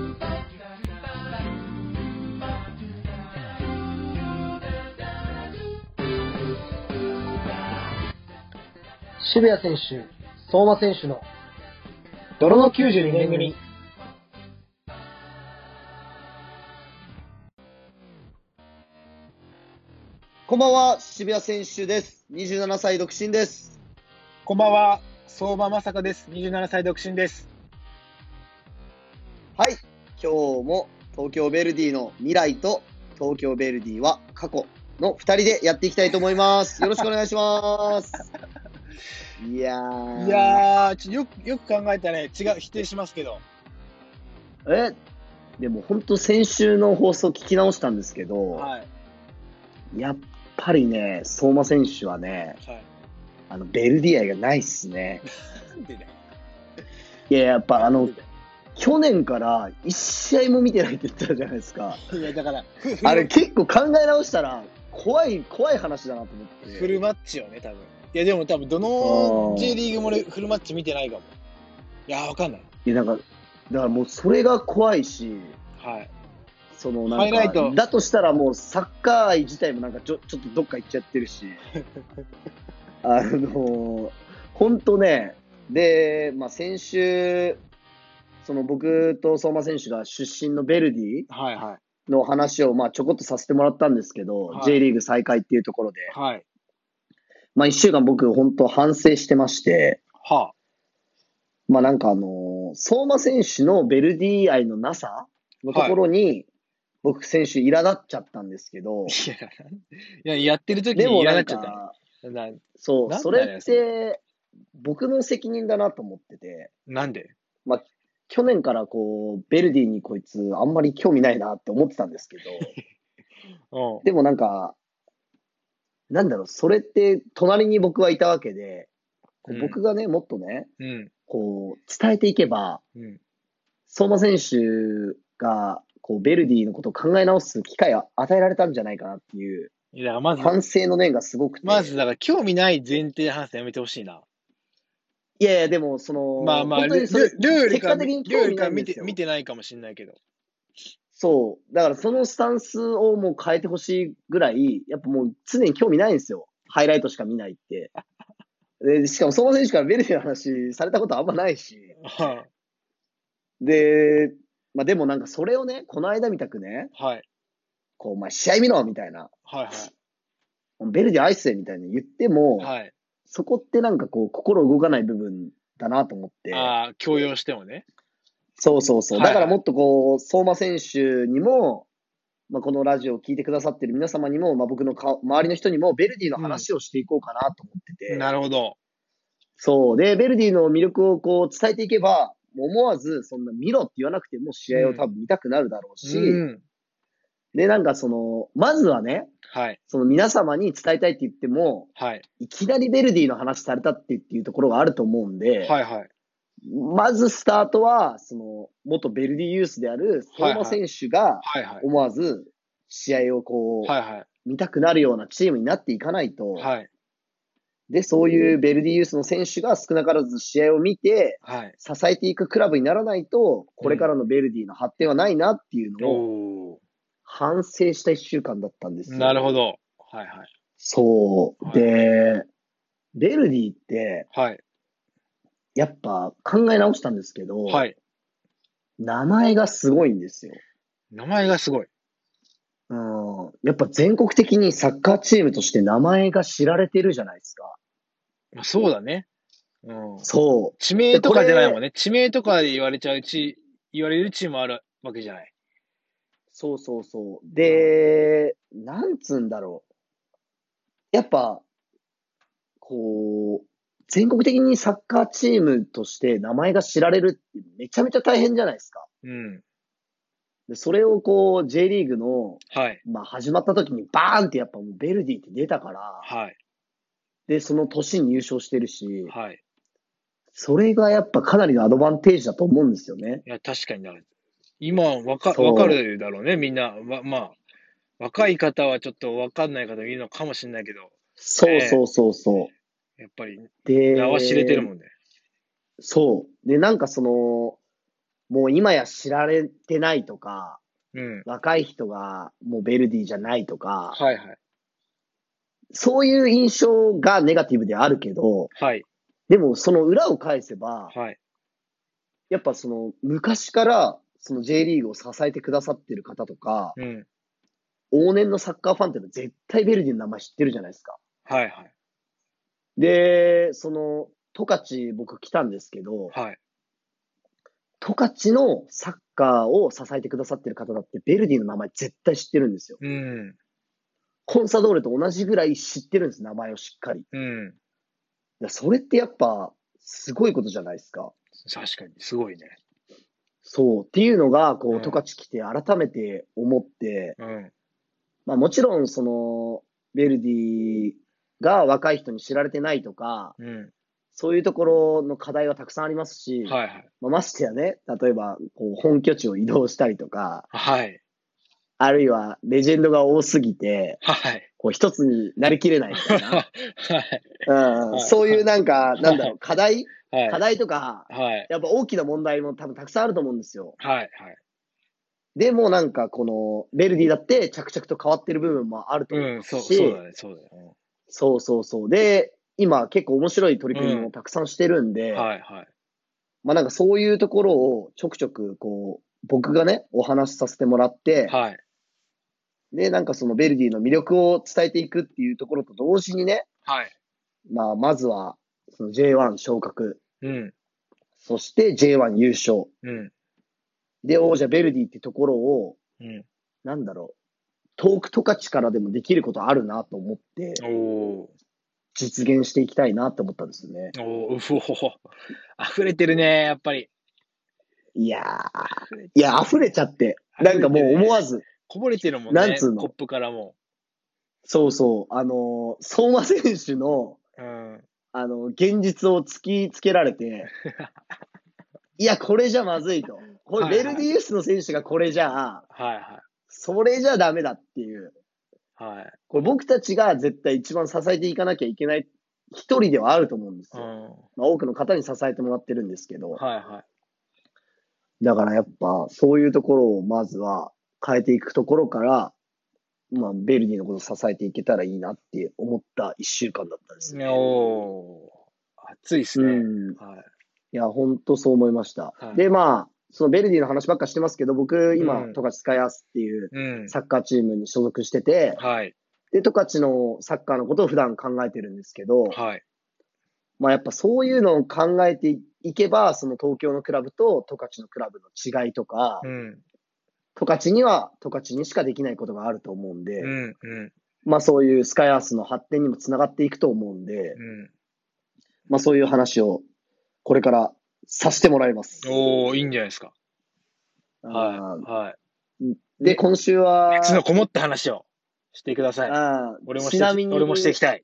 渋谷選手、相馬選手の泥の92年組。 こんばんは、渋谷選手です。27歳独身です。 こんばんは、相馬まさかです。27歳独身です。 はい、今日も東京ヴェルディの未来と東京ヴェルディは過去の2人でやっていきたいと思います。よろしくお願いします。いやー、 よく考えたらね、否定しますけど。 でも本当先週の放送聞き直したんですけど、 はい、 やっぱりね、相馬選手はね、 はい、 ベルディ愛がないっすね。 なんでだよ。 いや、やっぱ去年から一試合も見てないって言ってたじゃないですか。 いや、だから、 あれ結構考え直したら、怖い話だなと思って。 フルマッチをね、多分。いや、でも多分、どの J リーグも俺、フルマッチ見てないかも。いや、わかんない。 いや、だからもうそれが怖いし、 はい。 なんか、だとしたらもうサッカー愛自体もなんかちょっとどっか行っちゃってるし、本当ね、で、先週、僕と相馬選手が出身のベルディの話をちょこっとさせてもらったんですけど、 はい、 J リーグ再開っていうところで、 はい。 1週間僕本当反省してまして、 はあ、なんか相馬選手のベルディ愛のなさのところに、僕選手苛立っちゃったんですけど、 いや、やってる時に苛立っちゃったの。 そう、それって、僕の責任だなと思ってて。 なんで？ 去年からベルディにこいつあんまり興味ないなって思ってたんですけど、でもなんか、なんだろう、それって隣に僕はいたわけで、僕がね、もっとね、伝えていけば、相馬選手がベルディのことを考え直す機会を与えられたんじゃないかなっていう、反省の念がすごくて。 まず、だから興味ない前提で話すのやめてほしいな。 いやいや、でも、本当にそれ、結果的に興味ないんですよ。 見てないかもしれないけど。 そう。だからそのスタンスをもう変えてほしいぐらい、やっぱもう常に興味ないんですよ。ハイライトしか見ないって。で、しかも相馬選手からベルディの話されたことあんまないし。で、でもなんかそれをね、この間みたくね、お前試合見ろみたいな。ベルディ愛せみたいに言っても、そこってなんか心動かない部分だなと思って。 ああ、強要してもね。 そう。だからもっと相馬選手にも、このラジオを聞いてくださってる皆様にも、僕の周りの人にも、ベルディの話をしていこうかなと思ってて。 なるほど。 そう。で、ベルディの魅力を伝えていけば、思わず、そんな見ろって言わなくても試合を多分見たくなるだろうし、で、なんかまずはね、皆様に伝えたいって言っても、いきなりベルディの話されたっていうところがあると思うんで、まずスタートは、元ベルディユースである相馬選手が、思わず試合を見たくなるようなチームになっていかないと、で、そういうベルディユースの選手が少なからず試合を見て、支えていくクラブにならないと、これからのベルディの発展はないなっていうのを、反省した一週間だったんですよ。 なるほど。 そう。で、ベルディって、やっぱ考え直したんですけど、名前がすごいんですよ。 名前がすごい。 やっぱ全国的にサッカーチームとして名前が知られてるじゃないですか。 そうだね。 そう。 地名とかじゃないもんね。地名とかで言われるチームあるわけじゃない。 そう。で、なんつうんだろう。やっぱ、全国的にサッカーチームとして名前が知られるってめちゃめちゃ大変じゃないですか。でそれをJ リーグの、始まった時にバーンってやっぱもうベルディって出たから、で、その年に優勝してるし、それがやっぱかなりのアドバンテージだと思うんですよね。 いや、確かにな。今わかるだろうね、みんな。若い方はちょっとわかんない方もいるのかもしれないけど。 そう。 やっぱり、 で、 名は知れてるもんね。 そう。で、なんかもう今や知られてないとか、 うん。 若い人がもうベルディじゃないとか、 はいはい。 そういう印象がネガティブであるけど、 はい。 でもその裏を返せば、 はい。 やっぱその昔からその J リーグを支えてくださってる方とか、 うん。 往年のサッカーファンってのは絶対ベルディの名前知ってるじゃないですか。 はいはい。 で、その、十勝僕来たんですけど、 はい。 十勝のサッカーを支えてくださってる方だってベルディの名前絶対知ってるんですよ。 うん。 コンサドーレと同じぐらい知ってるんです、名前をしっかり。 うん。 それってやっぱ、すごいことじゃないですか。 確かに、すごいね。 そう。っていうのが、こう、 うん十勝来て改めて思って、 うん。 まあもちろん、その、ベルディが若い人に知られてないとか、 うん。 そういうところの課題はたくさんありますし、 はいはい。 まあ、ましてやね、例えば、こう、本拠地を移動したりとか、 はい。 あるいは、レジェンドが多すぎて、 はい。 こう、一つになりきれないみたいな。 はい。 うん、そういうなんか、なんだろう、課題はい。 課題とか、 はい。 やっぱ大きな問題も多分たくさんあると思うんですよ。 はい。はい。 でもなんか、この、ベルディだって着々と変わってる部分もあると思いうん、 ますそうだし、 ね、そうだよ。 そうそうそう。で、今結構面白い取り組みうん。 もたくさんしてるんで、 はいはい。 まあなんかそういうところをちょくちょくこう、僕がね、お話しさせてもらって、 はい。 で、なんかそのベルディの魅力を伝えていくっていうところと同時にね、 はい。 まあまずは、その J1 昇格、 うん。 そして J1 優勝、 うん。 で、王者ベルディってところを、 うん。 なんだろう、遠く十勝からでもできることあるなと思って、 お実現していきたいなって思ったんですよね。 ー。おー、うお溢れてるね、やっぱり。 いやー、いや、溢れちゃって、なんかもう思わず、 こぼれてるもんね、 なんつうの、 コップからも。 そうそう、相馬選手の、 うん。 現実を突きつけられて、いや、これじゃまずいと。これ、 はいはいベルディユースの選手がこれじゃあ、 はいはい。 それじゃダメだっていう。 はい。 これ僕たちが絶対一番支えていかなきゃいけない一人ではあると思うんですよ。 うん。 まあ、多くの方に支えてもらってるんですけど。 はいはい。 だからやっぱ、そういうところをまずは変えていくところから、まあ、ベルディのことを支えていけたらいいなって思った一週間だったんですね。 おー。暑いっすね。 うん。 はい。 いや、本当そう思いました。 はい。 で、まあ、そのベルディの話ばっかしてますけど、僕、今、 うん。 十勝スカイアースっていううん。 サッカーチームに所属してて、 はい。 で、十勝のサッカーのことを普段考えてるんですけど、 はい。 まあやっぱそういうのを考えていけば、その東京のクラブと十勝のクラブの違いとか、 うん。 十勝には十勝にしかできないことがあると思うんで、 うん。うん。 まあそういうスカイアースの発展にもつながっていくと思うんで、 うん。 まあそういう話をこれからさせてもらいます。 おー、いいんじゃないですか。はい。 あはい。 で、今週は、 熱のこもった話をしてください。 ちなみに、 俺もしていきたい。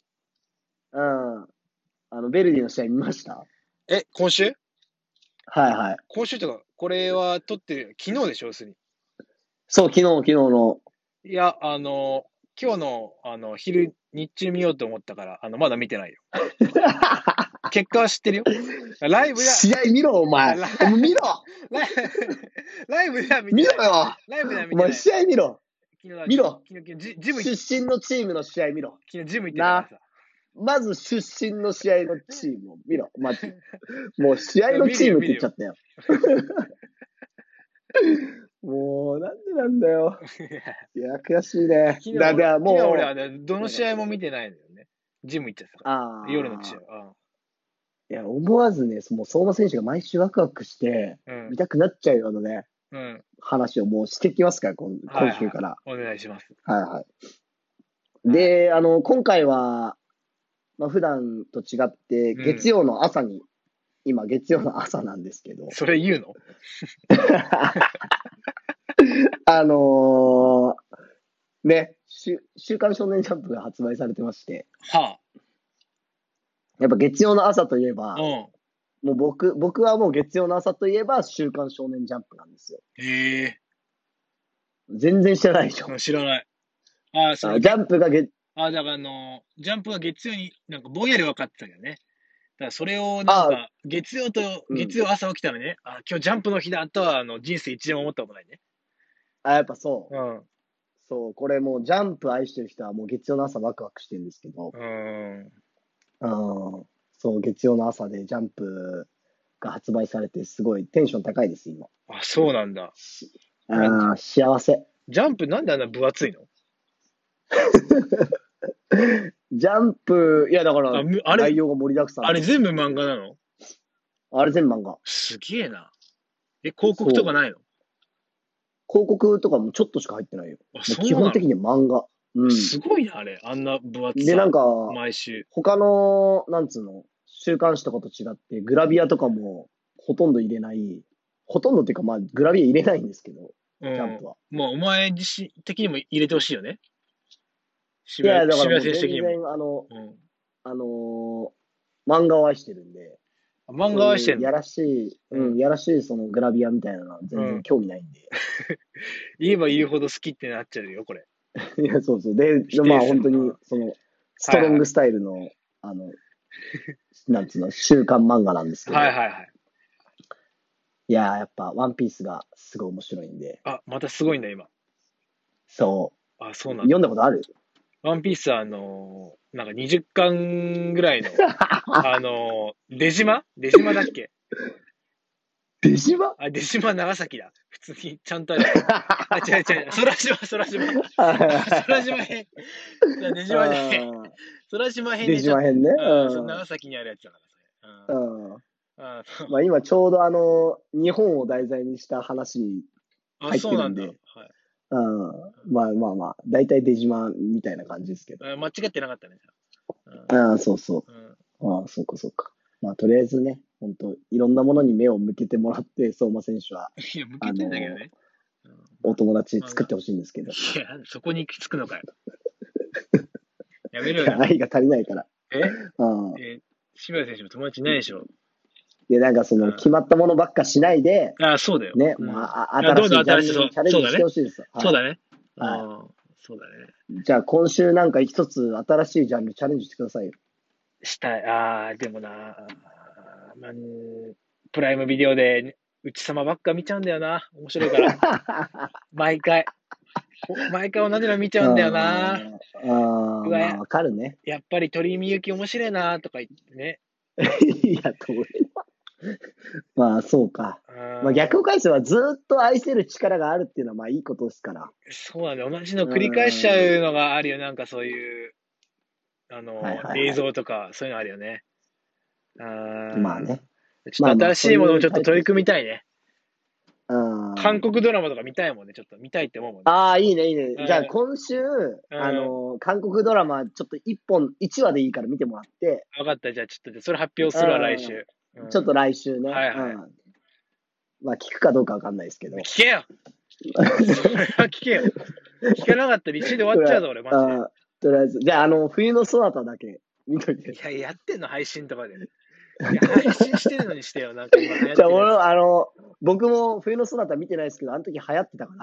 ベルディの試合見ました？ 今週はいはい。 今週とか、これは撮ってる、昨日でしょ、要するに。 そう、昨日の。 いや、今日の、日中見ようと思ったから、まだ見てないよ。結果は知ってるよ。ライブや、 試合見ろ、お前。見ろライブでは見てない。 見ろよライブでは見てない。 お前、試合見ろ。見ろ。 昨日ジム出身のチームの試合見ろ。 昨日ジム行ってたからさ。 まず出身の試合のチームを見ろ。まず。もう試合のチームって言っちゃったよ。もう、なんでなんだよ。いや、悔しいね。 昨日もう。 俺はね、どの試合も見てないんだよね。ジム行っちゃったから。夜の試合。 いや、思わずね、もう相馬選手が毎週ワクワクして、見たくなっちゃうようなね、話をもうしてきますから、今週から。 お願いします。 はいはい。で、今回は、まあ普段と違って、月曜の朝に、今月曜の朝なんですけど。 それ言うのね、週刊少年ジャンプが発売されてまして。 はあ。 やっぱ月曜の朝といえば、もう僕はもう月曜の朝といえば週刊少年ジャンプなんですよ。 へえ。 全然知らないでしょ。 知らない。 ジャンプがだからジャンプが月曜になんかぼんやり分かってたけどね。 からそれをなんか、月曜朝起きたらね、今日ジャンプの日だとは、人生一度も思ったことないね。 やっぱそう。うん。 そう、これもうジャンプ愛してる人はもう月曜の朝ワクワクしてるんですけど、そう、月曜の朝でジャンプが発売されてすごいテンション高いです、今。 そうなんだ。 幸せ。 ジャンプなんであんな分厚いの？ ジャンプ、いやだから、内容が盛りだくさん。 あれ全部漫画なの？ あれ全部漫画。 すげえな。広告とかないの？ 広告とかもちょっとしか入ってないよ。基本的には漫画。 すごいな、あれ。あんな分厚さ。 で、なんか、 毎週。 他の、なんつうの、週刊誌とかと違って、グラビアとかもほとんど入れない。ほとんどっていうか、グラビア入れないんですけど、ジャンプは。 もう、お前自身的にも入れてほしいよね。 いや、だからもう全然、 漫画を愛してるんで。 漫画を愛してるの？ やらしい、そのグラビアみたいなのは全然興味ないんで。 言えば言うほど好きってなっちゃうよ、これ。 いや、そうそう。で、本当に、ストロングスタイルの、なんつうの、週刊漫画なんですけど。いや、やっぱ、ワンピースがすごい面白いんで。 またすごいんだ、今。 そう。 そうなんだ。 読んだことある？ ワンピースは、なんか20巻ぐらいの、出島だっけ？ 出島？ 出島長崎だ。普通に、ちゃんとある。違う。空島編。出島で。空島編で。出島編ね。 長崎にあるやつだからそれ。 今ちょうど日本を題材にした話入ってるんで。大体出島みたいな感じですけど。 間違ってなかったね。 そうそう。そうか。とりあえずね、本当いろんなものに目を向けてもらって、相馬選手は。 いや、向けてんだけどね。 お友達作ってほしいんですけど。いや、そこに行き着くのかよ。やめろよ。 愛が足りないから。 柴田選手も友達いないでしょ。 で、なんか決まったものばっかしないで、 そうだよ。 ね、新しいジャンルにチャレンジしてほしいですよ。 そうだね。そうだね。 じゃあ今週なんか一つ新しいジャンルチャレンジしてくださいよ。 したい。でもな、プライムビデオで内様ばっか見ちゃうんだよな。面白いから。毎回同じの見ちゃうんだよな。 わかるね。 やっぱり鳥居みゆき面白いなとか言ってね。 いや、そうか。逆を返せばずっと愛せる力があるっていうのは、いいことですから。 そうだね。同じの繰り返しちゃうのがあるよ。なんかそういう、映像とか、そういうのあるよね。 ね。 ちょっと新しいものをちょっと取り組みたいね。韓国ドラマとか見たいもんね。ちょっと見たいって思うもんね。いいね。じゃあ今週、韓国ドラマちょっと1話でいいから見てもらって。 分かった。じゃあちょっとそれ発表するわ、来週。 ちょっと来週ね。聞くかどうかわかんないですけど。 聞けよそれは聞けよ。聞かなかったら一緒で終わっちゃうぞ、俺、マジで。 とりあえず。じゃあ、冬のソナタだけ見といて。 いや、やってんの、配信とかで。配信してるのにしてよ、なんか今流行ってる。 じゃあ、僕も冬のソナタ見てないですけど、あの時流行ってたから、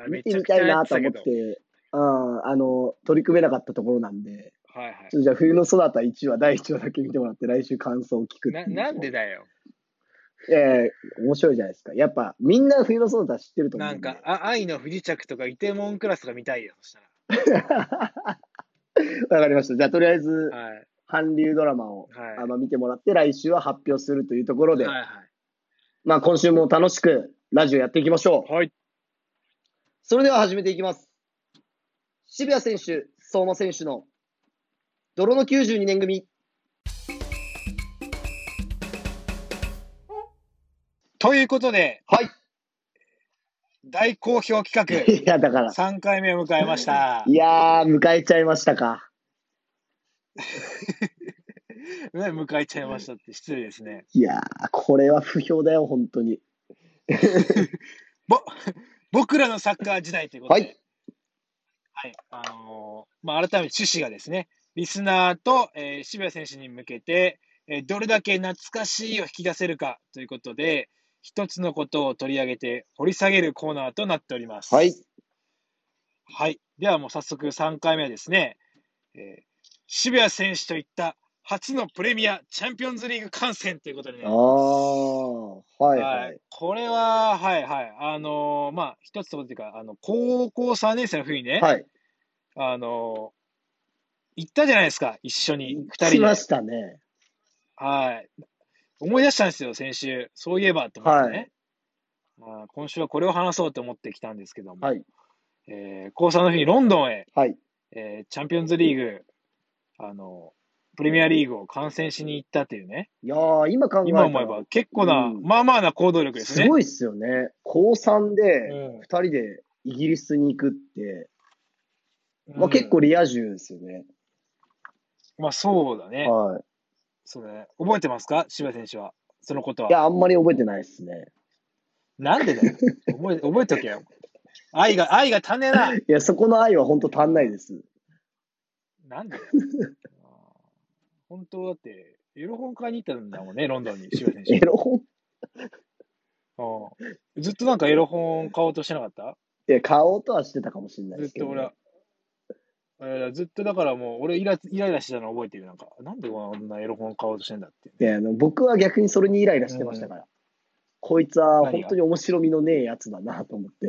見てみたいなと思って、取り組めなかったところなんで、じゃあ、冬のソナタ1話、第1話だけ見てもらって、来週感想を聞く。 なんでだよ。 面白いじゃないですか。やっぱ、みんな冬のソナタ知ってると思う。 なんか、愛の不時着とか、イテモンクラスが見たいよ、そしたら。わかりました。じゃあ、とりあえず、韓流ドラマを、見てもらって、来週は発表するというところで、今週も楽しくラジオやっていきましょう。 はい。 それでは始めていきます。渋谷選手、相馬選手の泥の92年組。 ということで、大好評企画。 いや、だから。 3回目を迎えました。 いやー、迎えちゃいましたか。 迎えちゃいましたって失礼ですね。 いやー、これは不評だよ、本当に。 僕らのサッカー時代ということで。改めて趣旨がですね、リスナーと、渋谷選手に向けて、どれだけ懐かしいを引き出せるかということで、一つのことを取り上げて掘り下げるコーナーとなっております。ではもう早速3回目はですね、渋谷選手といった初のプレミアチャンピオンズリーグ観戦ということでね。 はいはい。 これは、はいはい。まあ、一つというか、高校3年生の冬にね、 はい。 行ったじゃないですか、一緒に、二人で。 来ましたね。 はい。思い出したんですよ、先週。そういえばと思ってね。今週はこれを話そうと思ってきたんですけども。 はい。 高3の日にロンドンへ、 はい。 チャンピオンズリーグ、プレミアリーグを観戦しに行ったっていうね。 いやー、今考えたら。 今思えば結構な、まあまあな行動力ですね。 すごいっすよね。高3で、二人でイギリスに行くって、まあ結構リア充ですよね。 まあそうだね。 はい。 そうだね。覚えてますか柴選手は。そのことは。 いや、あんまり覚えてないですね。 なんでだよ。覚えとけよ。愛が足んねえな。 いや、そこの愛は本当足んないです。 なんでだよ。本当だって、エロ本買いに行ったんだもんね、ロンドンに、柴選手。 エロ本ずっとなんかエロ本買おうとしてなかった？ いや、買おうとはしてたかもしれないですけど、ね。 ずっとだからもう、俺イライラしてたの覚えてる。なんでこんなエロ本買おうとしてんだって、 いや、僕は逆にそれにイライラしてましたから。こいつは本当に面白みのねえやつだなと思って。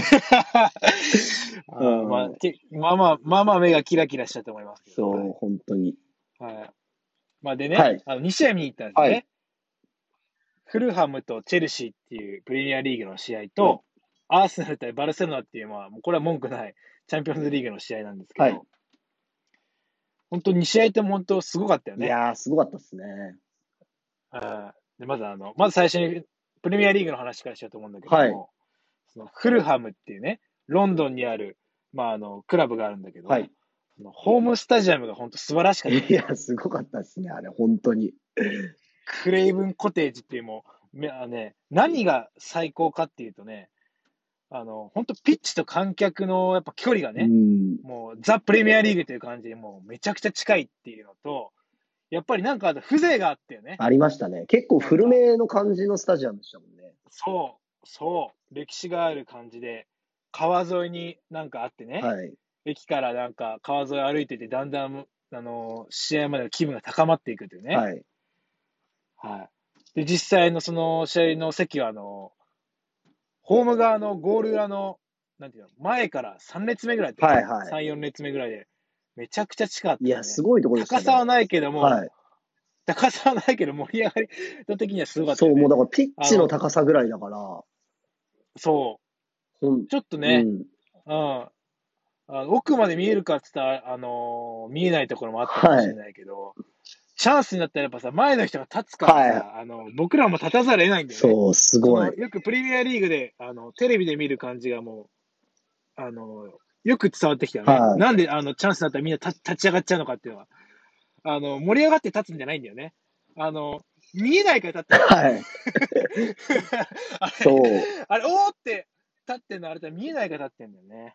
まあまあ目がキラキラしたと思いますけど。 そう、本当に。 はい。まあでね、2試合見に行ったんですね。フルハムとチェルシーっていうプレミアリーグの試合と、アーセナル対バルセロナっていう、まあ、これは文句ないチャンピオンズリーグの試合なんですけど、本当に2試合とも本当すごかったよね。 いやー、すごかったですね。 でまず最初にプレミアリーグの話からしようと思うんだけども、そのフルハムっていうね、ロンドンにある、まあ、クラブがあるんだけど、そのホームスタジアムが本当素晴らしかった。 いや、すごかったですね、あれ、本当に。 クレイブンコテージっていう何が最高かっていうとね、本当ピッチと観客のやっぱ距離がね、もうザ・プレミアリーグという感じでもうめちゃくちゃ近いっていうのと、やっぱりなんか風情があったよね。 ありましたね。結構古めの感じのスタジアムでしたもんね。 そう。歴史がある感じで、川沿いになんかあってね、駅からなんか川沿い歩いてて、だんだん、試合までの気分が高まっていくというね。で、実際のその試合の席は、ホーム側のゴール裏の、なんていうの、前から3列目ぐらいで、3、4列目ぐらいで、めちゃくちゃ近かった、ね。 いや、すごいところでしたね。 高さはないけども、高さはないけど盛り上がりの時にはすごかった、 ね。そう、もうだからピッチの高さぐらいだから。 そう。ちょっとね、奥まで見えるかって言ったら、見えないところもあったかもしれないけど、チャンスになったらやっぱさ、前の人が立つからさ、僕らも立たざるを得ないんだよね。 そう、すごい。 よくプレミアリーグで、テレビで見る感じがもう、よく伝わってきたよね。なんで、チャンスになったらみんな立ち上がっちゃうのかっていうのは。盛り上がって立つんじゃないんだよね。見えないから立ってる。 そう。 あれ、おーって立ってんのあれだ見えないから立ってんだよね。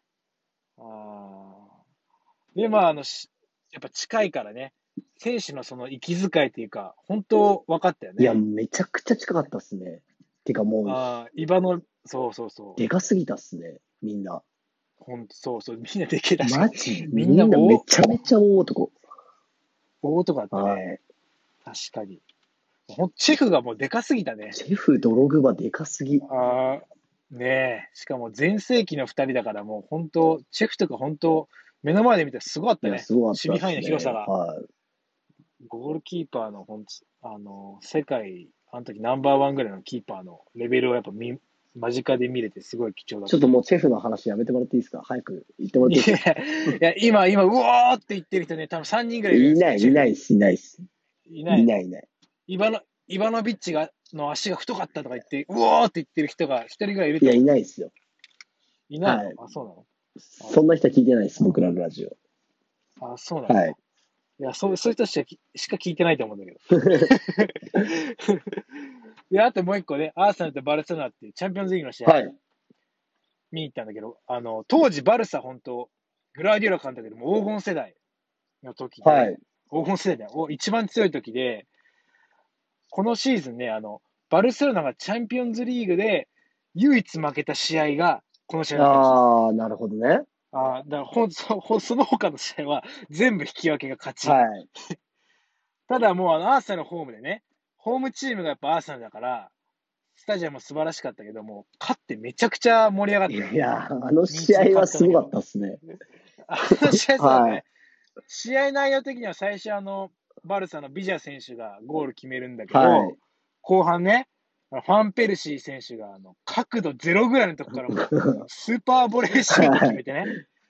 で、まあ、やっぱ近いからね、選手のその息遣いっていうか、本当分かったよね。 いや、めちゃくちゃ近かったっすね。てかもう、 そう。 でかすぎたっすね、みんな。 そう、みんなでけだし。 マジみんなめちゃめちゃ大男。 大男だったね。確かに。チェフがもうでかすぎたね。 チェフ、ドログバでかすぎ。 ねえ。しかも全盛期の2人だからもう本当、チェフとか本当、目の前で見てすごかったね。守備範囲の広さが。ゴールキーパーの世界、あの時ナンバーワンぐらいのキーパーのレベルをやっぱ間近で見れてすごい貴重だった。 ちょっともうチェフの話やめてもらっていいですか？早く言ってもらっていいですか？ いや、今、うおーって言ってる人ね、多分3人ぐらいいるんですよ。いないっす。 いない。イバノビッチの足が太かったとか言って、うおーって言ってる人が1人ぐらいいると。 いや、いないっすよ。 いないの？そうなの？ そんな人は聞いてないです、僕らのラジオ。そうなの？いや、そういう人しか聞いてないと思うんだけど。で、あともう一個ね、アーセナルとバルセロナっていうチャンピオンズリーグの試合、見に行ったんだけど、当時バルサ本当、グラーディオラ監督でも黄金世代の時で、黄金世代で、一番強い時で、このシーズンね、バルセロナがチャンピオンズリーグで唯一負けた試合がこの試合だったんです。なるほどね。 だからその他の試合は全部引き分けが勝ち。 ただもうアーセナルのホームでね、ホームチームがやっぱアーセナルだから、スタジアム素晴らしかったけども、勝ってめちゃくちゃ盛り上がったよね。 いや、あの試合はすごかったっすね。 あの試合そうだね。 はい、 試合内容的には最初バルサのビジャ選手がゴール決めるんだけど、 はい、 後半ね、ファンペルシー選手が角度ゼロぐらいのとこからもうスーパーボレーシュート決めてね。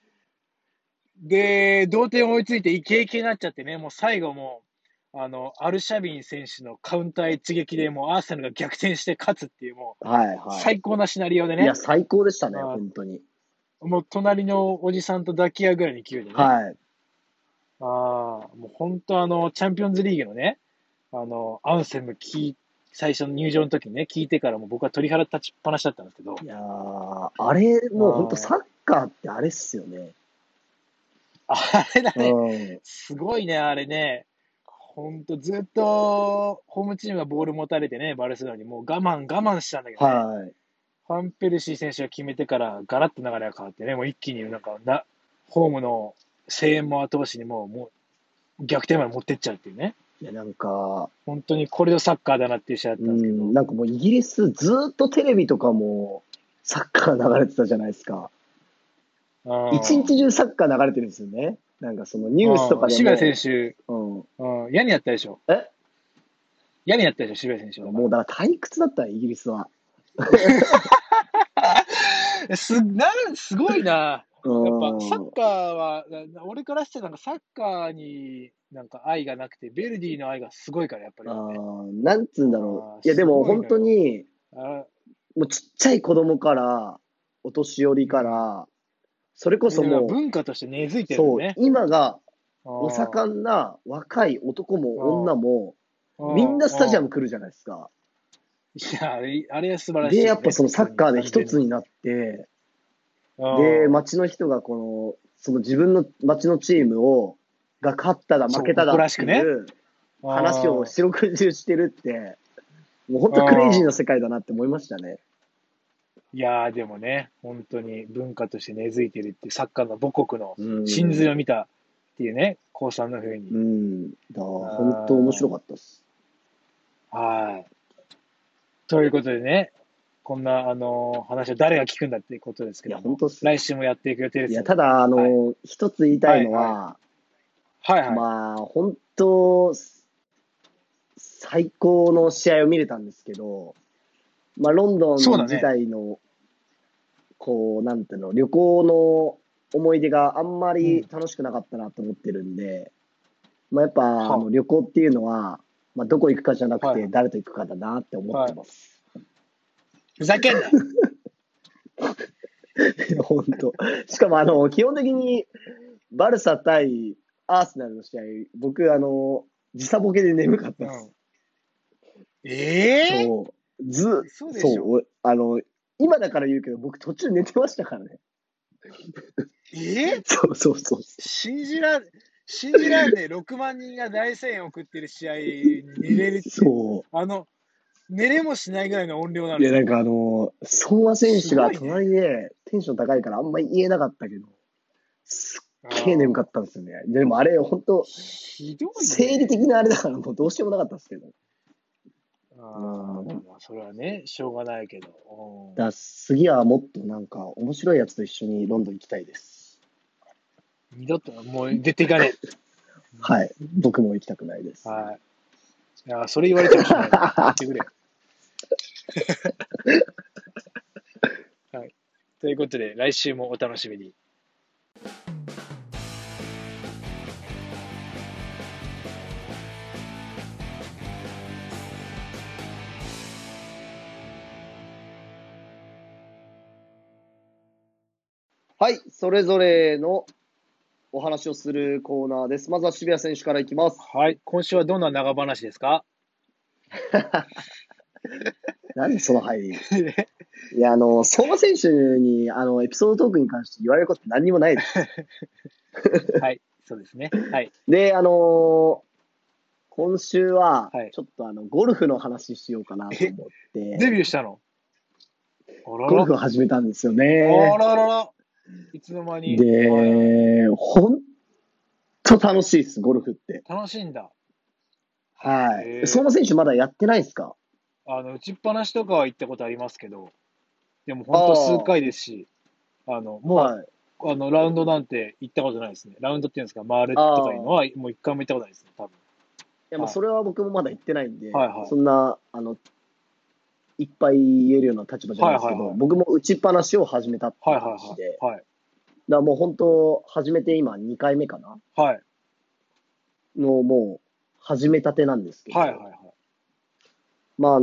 で、同点追いついてイケイケになっちゃってね、もう最後もアルシャビン選手のカウンター一撃でもうアーセナルが逆転して勝つっていうもう、 はい、はい。 最高なシナリオでね。 いや、最高でしたね、本当に。 もう隣のおじさんと抱き合うぐらいの勢いでね。 はい。 もう本当チャンピオンズリーグのね、アンセム最初の入場の時にね、聞いてからも僕は鳥肌立ちっぱなしだったんですけど。 いやー、あれ、もう本当サッカーってあれっすよね。 あれだね。すごいね、あれね。本当ずっとホームチームがボール持たれてね、バルセロナにもう我慢したんだけどね。 はい。 ファンペルシー選手が決めてからガラッと流れが変わってね、もう一気にホームの声援も後押しにもう逆転まで持ってっちゃうっていうね。 いや、なんか、 本当にこれぞサッカーだなっていう試合だったんですけど。 なんかもうイギリスずーっとテレビとかもサッカー流れてたじゃないですか。一日中サッカー流れてるんですよね。なんかそのニュースとかでも。 渋谷選手、嫌になったでしょ。嫌になったでしょ、渋谷選手は。 もうだから退屈だった、イギリスは。 すごいな。やっぱサッカーは、俺からしてサッカーに愛がなくて、ベルディの愛がすごいから、やっぱり、ね。 なんつうんだろう。いや、でも本当に、もうちっちゃい子供から、お年寄りから、それこそもう、 文化として根付いてるね。 そう、今が、お盛んな若い男も女も、みんなスタジアム来るじゃないですか。 いや、あれは素晴らしい、 で、やっぱそのサッカーで一つになって、で、街の人がその自分の街のチームが勝っただ負けただっていう話を四六時中してるって、もう本当クレイジーな世界だなって思いましたね。 いやー、でもね、本当に文化として根付いてるっていうサッカーの母国の真髄を見たっていうね、高3の風に。 本当面白かったです。 はい。ということでね、こんな、話を誰が聞くんだっていうことですけど、来週もやっていく予定です。 いや、ただ、一つ言いたいのは、まあ、本当、最高の試合を見れたんですけど、まあ、ロンドン自体の、なんていうの、旅行の思い出があんまり楽しくなかったなと思ってるんで、まあ、やっぱ、旅行っていうのは、まあ、どこ行くかじゃなくて、誰と行くかだなって思ってます。 ふざけんな本当。しかも、基本的に、バルサ対アーセナルの試合、僕、時差ボケで眠かったです。そう。そう。今だから言うけど、僕途中寝てましたからね。そう。 信じらんね、6万人が大声援を送ってる試合に寝れるって。 そう。 寝れもしないぐらいの音量なの。 いや、なんか相馬選手が隣でテンション高いからあんまり言えなかったけど、すっげえ眠かったんですよね。でもあれ、本当ひどい、ね。 生理的なあれだからもうどうしようもなかったですけど。 それはね、しょうがないけど。 次はもっとなんか面白いやつと一緒にロンドン行きたいです。 二度と、もう出ていかねえ。 はい。僕も行きたくないです。 はい。いや、それ言われちゃうしない。言ってくれ。はい。ということで、来週もお楽しみに。 はい。それぞれのお話をするコーナーです。まずは渋谷選手からいきます。 はい。今週はどんな長話ですか？ なんでその入り。いや、相馬選手に、エピソードトークに関して言われること何にもないです。 はい。そうですね。はい。 で、今週は、ちょっとゴルフの話しようかなと思って。 デビューしたの？ ゴルフを始めたんですよね。 あららら。いつの間に。 で、ほんと楽しいです、ゴルフって。 楽しいんだ。 はい。相馬選手まだやってないですか？ 打ちっぱなしとかは行ったことありますけど、でも本当数回ですし、もう、はい、ラウンドなんて行ったことないですね。ラウンドっていうんですか、回るとかいうのは、もう一回も行ったことないですね、多分。いや、もうそれは僕もまだ行ってないんで、はいはい、そんな、いっぱい言えるような立場じゃないですけど、はいはいはい、僕も打ちっぱなしを始めたっていう話で、はいはいはいはい、だからもう本当、始めて今2回目かな、はい、のもう、始めたてなんですけど、はいはいはい、まあ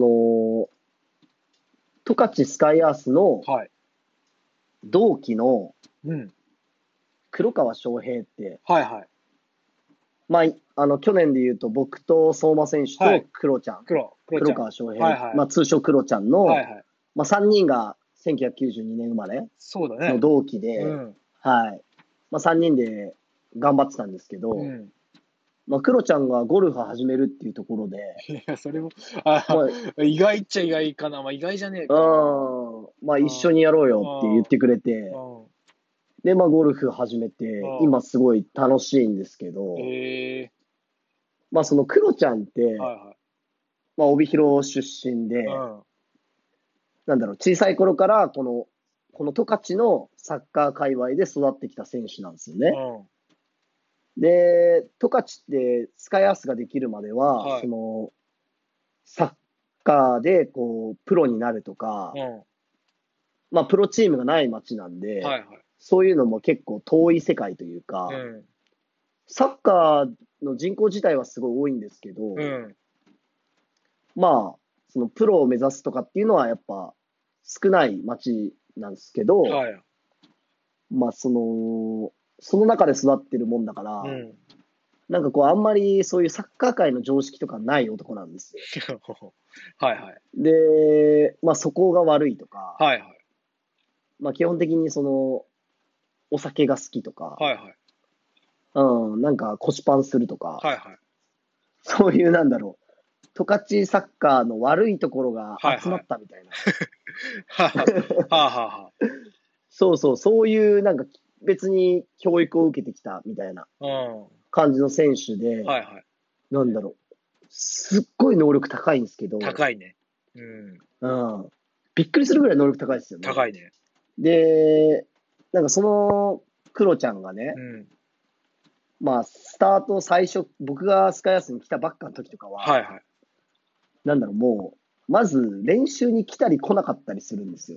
十勝スカイアースの同期の黒川翔平って、はいはい、まあ、去年で言うと僕と相馬選手と黒ちゃん、はい、黒川翔平、はいはい、まあ、通称黒ちゃんの、はいはい、まあ、3人が1992年生まれの同期で、うん、はい。まあ、3人で頑張ってたんですけど、うん、まあ、黒ちゃんがゴルフ始めるっていうところで。 いや、それも、まあ、意外っちゃ意外かな。まあ、意外じゃねえかな。 まあ、一緒にやろうよって言ってくれて、で、まあ、ゴルフ始めて、今すごい楽しいんですけど、まあ、その黒ちゃんって、はいはい、まあ、帯広出身で、なんだろう、小さい頃からこの十勝のサッカー界隈で育ってきた選手なんですよね。で、十勝ってスカイアースができるまでは、はい、その、サッカーでこう、プロになるとか、まあ、プロチームがない街なんで、はいはい、そういうのも結構遠い世界というか、サッカーの人口自体はすごい多いんですけど、まあ、そのプロを目指すとかっていうのはやっぱ少ない街なんですけど、はい、まあその中で育ってるもんだから、なんかこうあんまりそういうサッカー界の常識とかない男なんですよ。はいはい。で、まあそこが悪いとか、はいはい。まあ基本的にその、お酒が好きとか、はいはい。うん、なんか腰パンするとか、はいはい。そういうなんだろう、十勝サッカーの悪いところが集まったみたいな。はいはい、はあはあ、そうそう、そういうなんか別に教育を受けてきたみたいな感じの選手で、はいはい、なんだろう、すっごい能力高いんですけど、高いね。うん。びっくりするぐらい能力高いですよね。高いね。で、なんかそのクロちゃんがね、まあ、スタート最初、僕がスカイアースに来たばっかの時とかは、はいはい、なんだろう、もう、まず練習に来たり来なかったりするんですよ。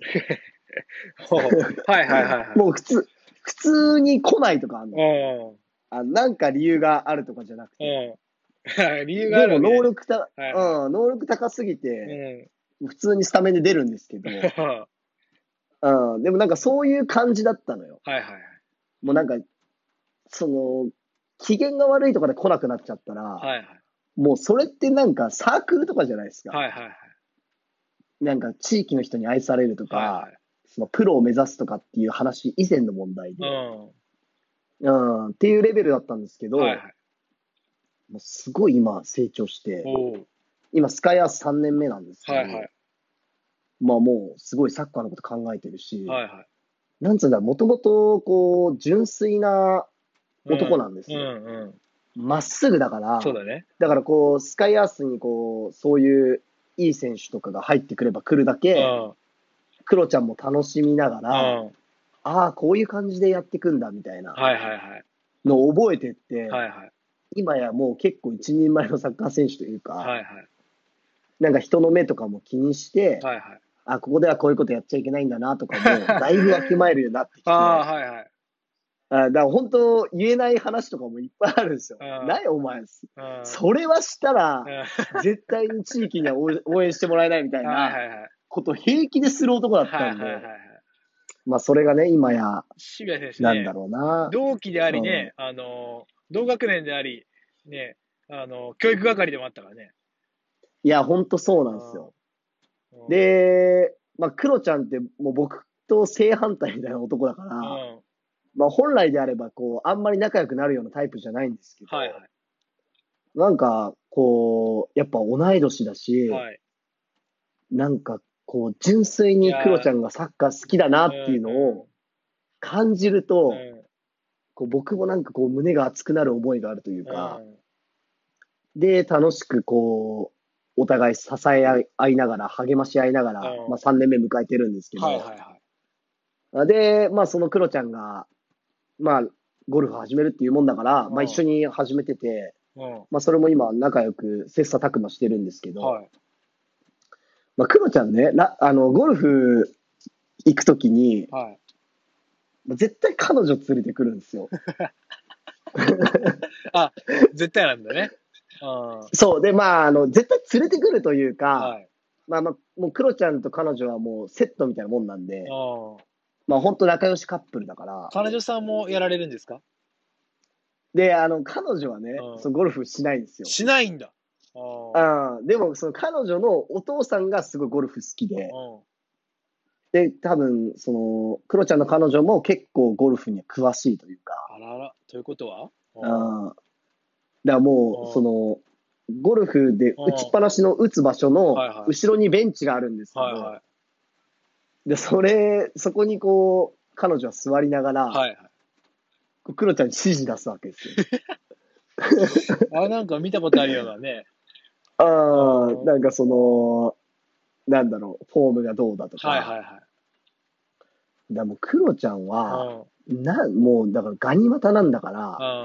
はいはいはい、はい。もう普通に来ないとかあるの。なんか理由があるとかじゃなくて。理由があるわけでも能力高すぎて、普通にスタメンで出るんですけど、でもなんかそういう感じだったのよ。はいはい。もうなんか、その、機嫌が悪いとかで来なくなっちゃったら、はいはい、もうそれってなんかサークルとかじゃないですか。はいはいはい。なんか地域の人に愛されるとか、はいはい、そのプロを目指すとかっていう話以前の問題で、っていうレベルだったんですけど、はいはい、もうすごい今成長して、今スカイアース3年目なんですけど、はいはい、まあもうすごいサッカーのこと考えてるし、はいはい、なんつうんだろう、もともとこう純粋な男なんですよ。まっすぐだから、そうだね。だからこう、スカイアースにこう、そういういい選手とかが入ってくれば来るだけ、クロちゃんも楽しみながら、ああ、こういう感じでやっていくんだ、みたいなのを覚えてって、はいはい、今やもう結構一人前のサッカー選手というか、はいはい、なんか人の目とかも気にして、はいはい、あ、ここではこういうことやっちゃいけないんだなとかも、だいぶわきまえるようになってきて、はいはい、だから本当言えない話とかもいっぱいあるんですよ。ないお前。それはしたら、絶対に地域には応援してもらえないみたいなことを平気でする男だったんで、まあそれがね、今や、渋谷選手ね、なんだろうな。同期でありね、同学年であり、ね、教育係でもあったからね。いや、ほんとそうなんですよ。で、まあ、クロちゃんってもう僕と正反対みたいな男だから、まあ本来であればこう、あんまり仲良くなるようなタイプじゃないんですけど、はいはい、なんかこう、やっぱ同い年だし、はい、なんかこう、純粋にクロちゃんがサッカー好きだなっていうのを感じると、こう僕もなんかこう胸が熱くなる思いがあるというか、 で、楽しくこう、お互い支え合いながら、励まし合いながら、まあ3年目迎えてるんですけど、 はいはいはい。 で、まあそのクロちゃんが、まあ、ゴルフ始めるっていうもんだから、まあ一緒に始めてて、まあそれも今仲良く切磋琢磨してるんですけど、 はい。 まあクロちゃんね、ゴルフ行くときに、 はい。 絶対彼女連れてくるんですよ。 あ、絶対なんだね。 そう。で、まあ、絶対連れてくるというか、 はい。 まあ、もうクロちゃんと彼女はもうセットみたいなもんなんで、まあ本当仲良しカップルだから。 彼女さんもやられるんですか？ で、彼女はね、そのゴルフしないんですよ。 しないんだ。 でも、その彼女のお父さんがすごいゴルフ好きで、で、多分、その、クロちゃんの彼女も結構ゴルフには詳しいというか。 あらら、ということはだからもう、その、ゴルフで打ちっぱなしの打つ場所の後ろにベンチがあるんですけど、で、そこにこう、彼女は座りながら、クロちゃんに指示出すわけですよ。 なんか見たことあるようなね。 なんかその、なんだろう、フォームがどうだとか。だもう、クロちゃんは、もう、だからガニ股なんだから、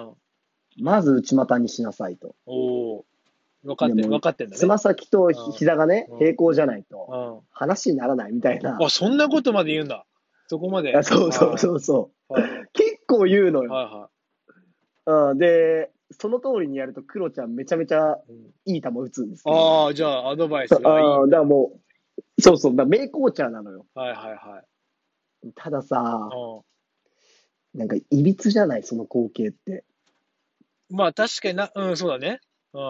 まず内股にしなさいと。 分かってんだね。 つま先と膝がね、平行じゃないと、話にならないみたいな。 そんなことまで言うんだ。そこまで。 そう。結構言うのよ。で、その通りにやると、クロちゃんめちゃめちゃいい球打つんですけど。 じゃあ、アドバイスがいいんだ。 だからもう、そう、名コーチャーなのよ。たださ、なんか、いびつじゃないその光景って。 まあ、確かにそうだね。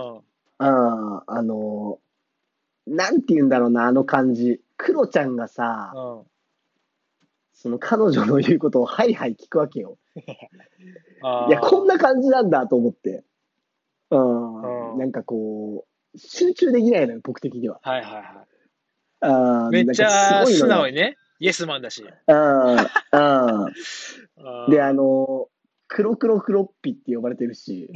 なんて言うんだろうな、あの感じ。クロちゃんがさ、その彼女の言うことをはいはい聞くわけよ。いや、こんな感じなんだと思って。なんかこう、集中できないのよ、僕的には。 めっちゃ素直にね、イエスマンだし。 で、黒黒黒っぴって呼ばれてるし。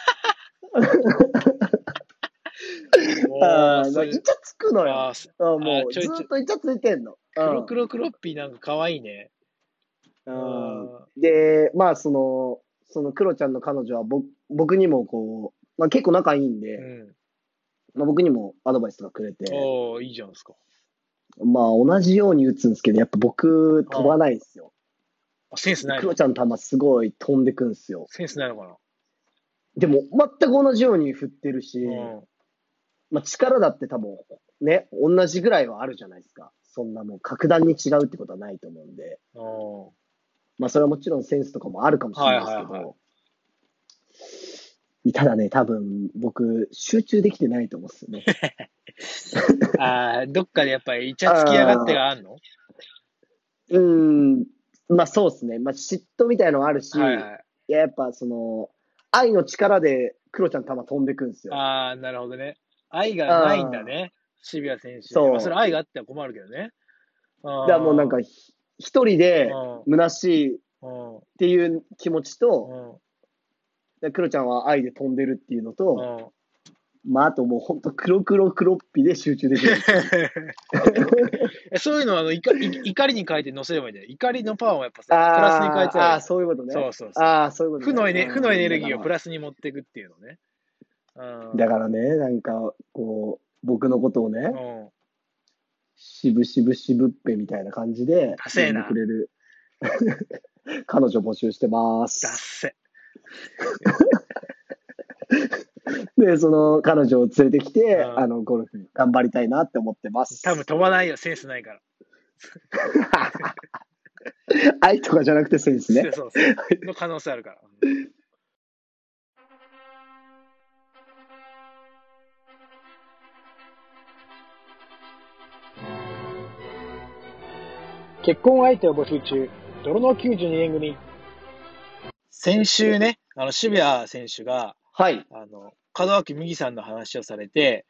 イチャつくのよ。もう、ずっとイチャついてんの。 黒黒黒っぴなんか可愛いね。 で、まあ、そのクロちゃんの彼女は僕にもこう、まあ結構仲いいんで、まあ僕にもアドバイスとかくれて。 いいじゃんですか。 まあ同じように打つんですけど、やっぱ僕飛ばないんですよ。 センスないの？ クロちゃんの球すごい飛んでくんですよ。 センスないのかな？ でも全く同じように振ってるし、まあ力だって多分ね、同じぐらいはあるじゃないですか。そんなもう格段に違うってことはないと思うんで。まあそれはもちろんセンスとかもあるかもしれないですけど、ただね、多分僕集中できてないと思うんですよね。どっかでやっぱりイチャつきやがってがあんの？ まあそうですね。まあ嫉妬みたいのあるし、やっぱその、愛の力でクロちゃん球飛んでくんですよ。 なるほどね。愛がないんだね。渋谷選手。そう。それ愛があっては困るけどね。 だからもうなんか、一人で虚しいっていう気持ちと、クロちゃんは愛で飛んでるっていうのと、まああともうほんと黒黒黒っぴで集中できる。 そういうのは怒りに変えて乗せればいいんだよ。怒りのパワーをやっぱさ、プラスに変えてそういうことね。 そう。 そういうことね。 負のエネルギーをプラスに持っていくっていうのね。 だからね、なんか、こう、僕のことをね、渋々渋っぺみたいな感じで、呼んでくれる。彼女募集してます。 だっせ。 で、その彼女を連れてきて、ゴルフ頑張りたいなって思ってます。 多分飛ばないよ、センスないから。 愛とかじゃなくてセンスね。 そう。の可能性あるから。結婚相手を募集中、泥の92年組。先週ね、渋谷選手が、門脇麦さんの話をされて、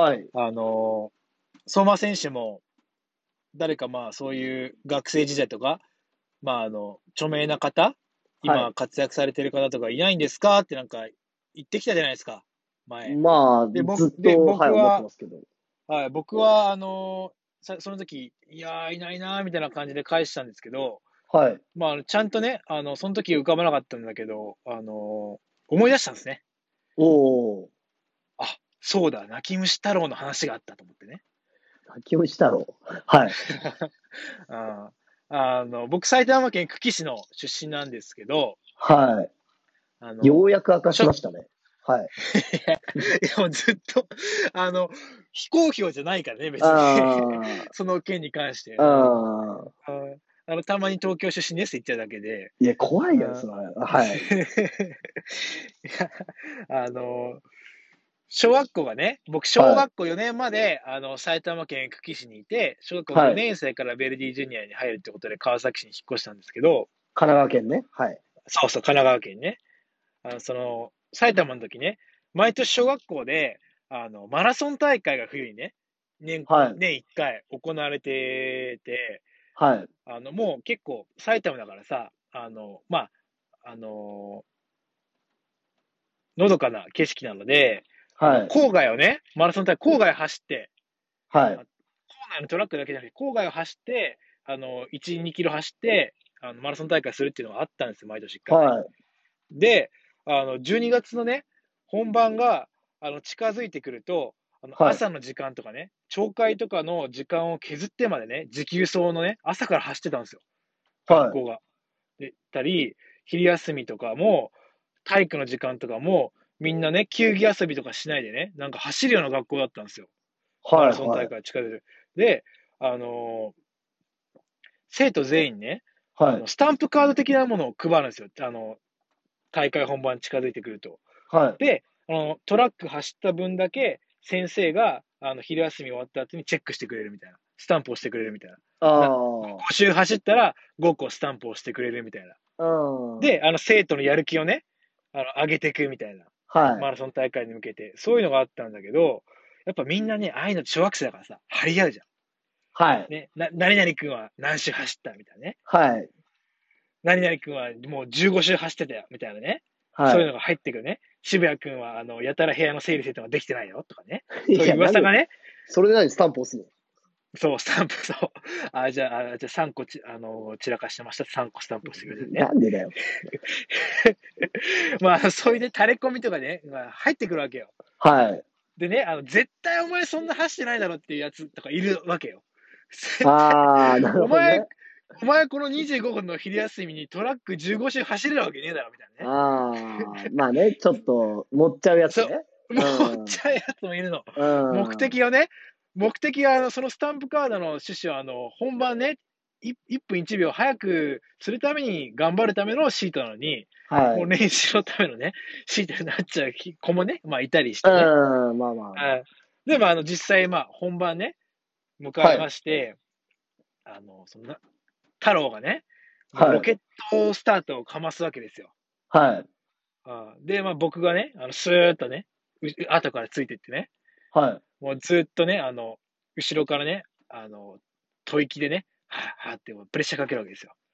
相馬選手も、誰かまあそういう学生時代とか、まあ著名な方、今活躍されてる方とかいないんですかってなんか言ってきたじゃないですか。 前。 まあ、ずっと、はい、思ってますけど。 はい、僕は、その時、いやー、いないなー、みたいな感じで返したんですけど、 はい。 まあ、ちゃんとね、その時浮かばなかったんだけど、思い出したんですね。 おー。 あ、そうだ、泣き虫太郎の話があったと思ってね。 泣き虫太郎。はい。 僕、埼玉県久喜市の出身なんですけど、 はい。ようやく明かしましたね。はい。 いや、もうずっと、非公表じゃないからね、別に。その件に関して。たまに東京出身ですって言っちゃうだけで。 いや、怖いよ、それ。はい。 いや、小学校がね、僕、小学校4年まで、埼玉県久喜市にいて、小学校4年生からベルディジュニアに入るってことで川崎市に引っ越したんですけど、 神奈川県ね。はい。 そうそう、神奈川県ね。埼玉の時ね、毎年小学校で、マラソン大会が冬にね、年1回行われてて、 はい。 もう結構埼玉だからさ、のどかな景色なので、 はい。 郊外をね、マラソン大会、郊外走って、 はい。 郊外のトラックだけじゃなくて、郊外を走って、1、2キロ走って、マラソン大会するっていうのがあったんですよ、毎年1回、ね。 はい。 で、12月のね、本番が、近づいてくると、朝の時間とかね、朝会とかの時間を削ってまでね、持久走のね、朝から走ってたんですよ。学校が。でたり、昼休みとかも、体育の時間とかも、みんなね、球技遊びとかしないでね、なんか走るような学校だったんですよ。マラソン大会近づいてる。で、生徒全員ね、スタンプカード的なものを配るんですよ。大会本番近づいてくると。で、トラック走った分だけ、先生が、昼休み終わった後にチェックしてくれるみたいな。スタンプをしてくれるみたいな。5周走ったら5個スタンプをしてくれるみたいな。で、生徒のやる気をね、上げていくみたいな。マラソン大会に向けて。そういうのがあったんだけど、やっぱみんなね、ああいうの小学生だからさ、張り合うじゃん。 はい。 ね、何々君は何周走ったみたいなね。 はい。 何々君はもう15周走ってたよ、みたいなね。 はい。 そういうのが入ってくるね。渋谷君は、やたら部屋の整理整頓ができてないよ、とかね。そういう噂がね。 それで何スタンプ押すの？ そう、スタンプ、そう。じゃあ3個散らかしてました。3個スタンプをしてくれてね。 なんでだよ。 まあ、そういうね、垂れ込みとかね、入ってくるわけよ。 はい。 でね、絶対お前そんな走ってないだろっていうやつとかいるわけよ。 なるほど、ね。 お前この25分の昼休みにトラック15周走れるわけねえだろ、みたいなね。まあね、ちょっと、持っちゃうやつね。 持っちゃうやつもいるの。目的はそのスタンプカードの趣旨は、本番ね、1分1秒早くするために頑張るためのシートなのに、もう練習のためのね、シートになっちゃう子もね、まあいたりしてね。でも実際、まあ本番ね、迎えまして、そんな、太郎がね、ロケットスタートをかますわけですよ。で、まあ僕がね、スーッとね、後からついてってね、もうずっとね、後ろからね、吐息でね、はぁってプレッシャーかけるわけですよ。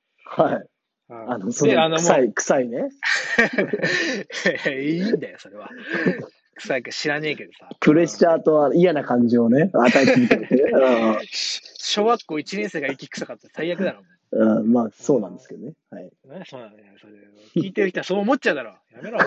臭いね。 いいんだよ、それは。臭いか知らねえけどさ。 プレッシャーとは嫌な感情をね、与え続けて。 小学校1年生が息臭かったら最悪だろ。 まあ、そうなんですけどね。はい。 そうなんだよ。聞いてる人はそう思っちゃうだろ。やめろ。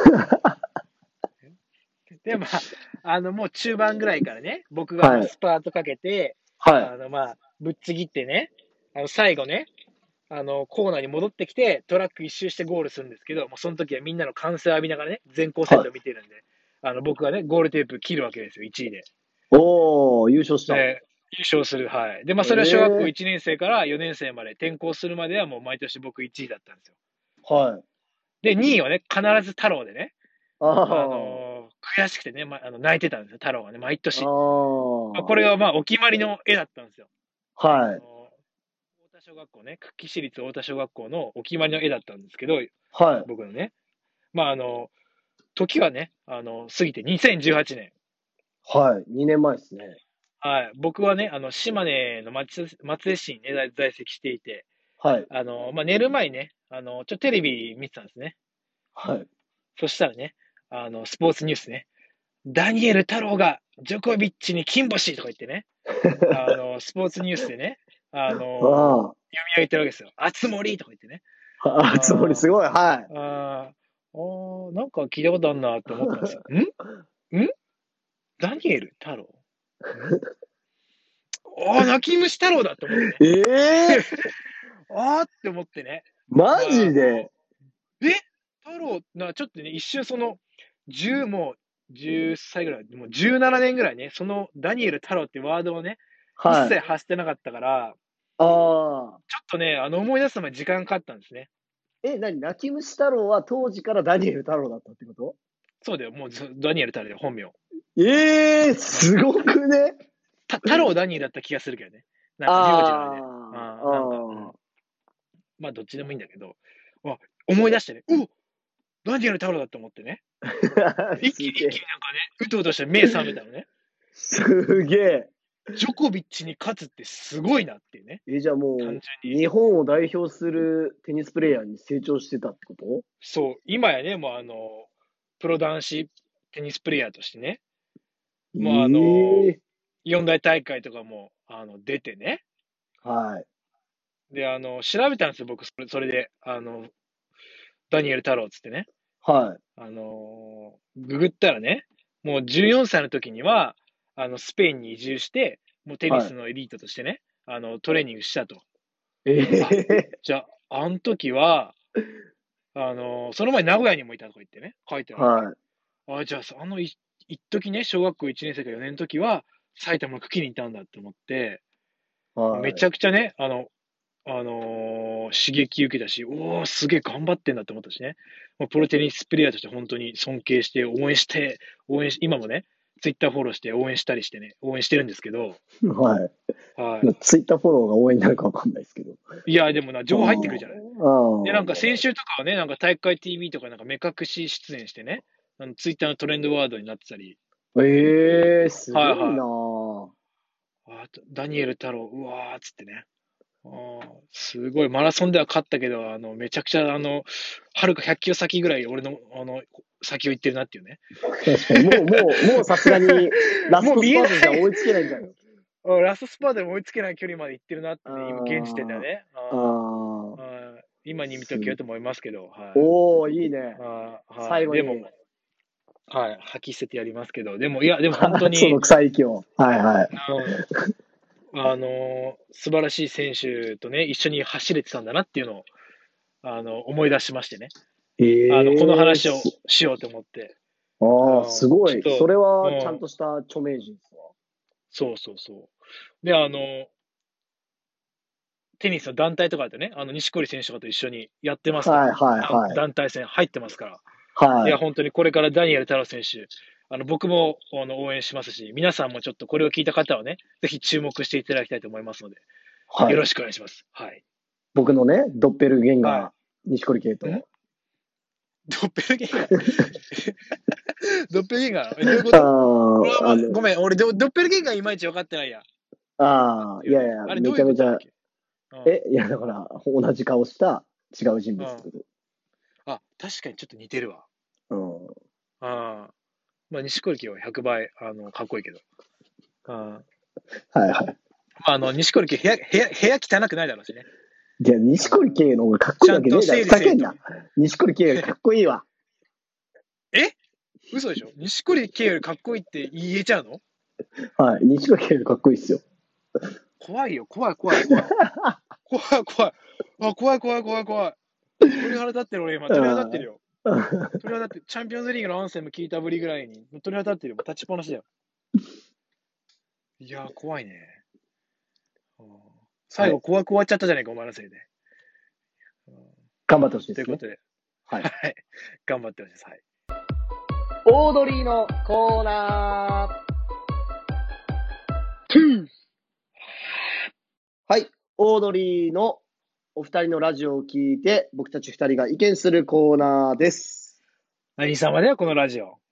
で、まあ、もう中盤ぐらいからね、僕がスパートかけて、ぶっちぎってね、最後ね、コーナーに戻ってきて、トラック一周してゴールするんですけど、もうその時はみんなの歓声を浴びながらね、全校生徒見てるんで、僕がね、ゴールテープ切るわけですよ、1位で。 優勝した。 優勝する、はい。で、まあ、それは小学校1年生から4年生まで、転校するまではもう毎年僕1位だったんですよ。で、2位はね、必ず太郎でね、悔しくてね、泣いてたんですよ、太郎がね、毎年。これはまあ、お決まりの絵だったんですよ。太田小学校ね、久喜市立太田小学校のお決まりの絵だったんですけど、僕のね。まあ、時はね、過ぎて2018年。 2年前ですね。 僕はね、島根の松江市にね、在籍していて、寝る前にね、テレビ見てたんですね。そしたらね、スポーツニュースね、 ダニエル太郎がジョコビッチに金星とか言ってね、スポーツニュースでね、読み上げてるわけですよ。あつ森とか言ってね。 あつ森すごい、はい。 なんか聞いたことあるなって思ったんですよ。んダニエル太郎泣き虫太郎だって思ってね。って思ってね。 マジで太郎、ちょっとね、一瞬もう10歳ぐらい、もう17年ぐらいね、そのダニエル太郎ってワードをね、一切発してなかったから、ちょっとね、思い出すのまで時間かかったんですね。 泣き虫太郎は当時からダニエル太郎だったってこと？ そうだよ、もうダニエル太郎で本名。 すごくね。 太郎ダニエルだった気がするけどね。なんか名字のあれで。なんか、まあどっちでもいいんだけど、思い出してね、ダニエル太郎だと思ってね。一気になんかね、うとうとして目覚めたのね。 すげえ。 ジョコビッチに勝つってすごいなっていうね。 じゃあもう、日本を代表するテニスプレイヤーに成長してたってこと？ そう、今やね、もうプロ男子テニスプレイヤーとしてね、もう四大大会とかも、出てね。 はい。 で、調べたんですよ、僕、それで、ダニエル太郎っつってね。 はい。 ググったらね、もう14歳の時には、スペインに移住して、もうテニスのエリートとしてね、トレーニングしたと。じゃあ、あの時は、その前名古屋にもいたとか言ってね、書いてあるわけ。じゃあ、一時ね、小学校1年生か4年の時は、埼玉の久喜にいたんだって思って、めちゃくちゃね、刺激受けたし、すげえ頑張ってんだって思ったしね。プロテニスプレイヤーとして本当に尊敬して、今もね、ツイッターフォローして応援したりしてね、応援してるんですけど。 はい。ツイッターフォローが応援になるかわかんないですけど。 いや、でも情報入ってくるじゃない。で、なんか先週とかはね、なんか体育会 TV とかなんか目隠し出演してね、ツイッターのトレンドワードになってたり。 すごいなダニエル太郎、うわーっつってね。すごい、マラソンでは勝ったけど、めちゃくちゃ、はるか100キロ先ぐらい俺の、先を行ってるなっていうね。 確かに、もうさすがに、ラストスパートじゃ追いつけないんだよ。 ラストスパートでも追いつけない距離まで行ってるなってね、今、現時点ではね。今に見とけよと思いますけど。 いいね。 最後に。でも、吐き捨ててやりますけど、でも本当に。 その臭い息を。 素晴らしい選手とね、一緒に走れてたんだなっていうのを、思い出しましてね。この話をしようと思って。 すごい。それはちゃんとした著名人ですわ。 そう。で、テニスの団体とかだとね、錦織選手とかと一緒にやってますから、団体戦入ってますから。いや、本当にこれからダニエル太郎選手、僕も応援しますし、皆さんもちょっとこれを聞いた方はね、ぜひ注目していただきたいと思いますので、よろしくお願いします。 僕のね、ドッペルゲンガー、錦織圭と。 ドッペルゲンガードッペルゲンガーどういうことごめん、俺ドッペルゲンガーいまいち分かってないや。 いやいや、めちゃめちゃ。いや、だから、同じ顔した違う人物ってこと。 確かにちょっと似てるわ。まあ、錦織圭は100倍、かっこいいけど。錦織圭、部屋汚くないだろうしね。 いや、錦織圭の方がかっこいいわけねえだろ。ふざけんな。錦織圭よりかっこいいわ。 嘘でしょ？錦織圭よりかっこいいって言えちゃうの？ 錦織圭よりかっこいいっすよ。 怖いよ、怖い。怖い。怖い。鳥肌立ってる俺今、鳥肌立ってるよ。鳥肌立って、チャンピオンズリーグのアンセム聞いたぶりぐらいに、鳥肌立ってるよ。立ちっぱなしだよ。いやー、怖いね。最後、怖く終わっちゃったじゃないか、お前のせいで。 頑張ってほしいですね。 ということで、頑張ってほしいです。 オードリーのコーナー。 オードリーのお二人のラジオを聞いて、僕たち二人が意見するコーナーです。 何様だよ、このラジオ。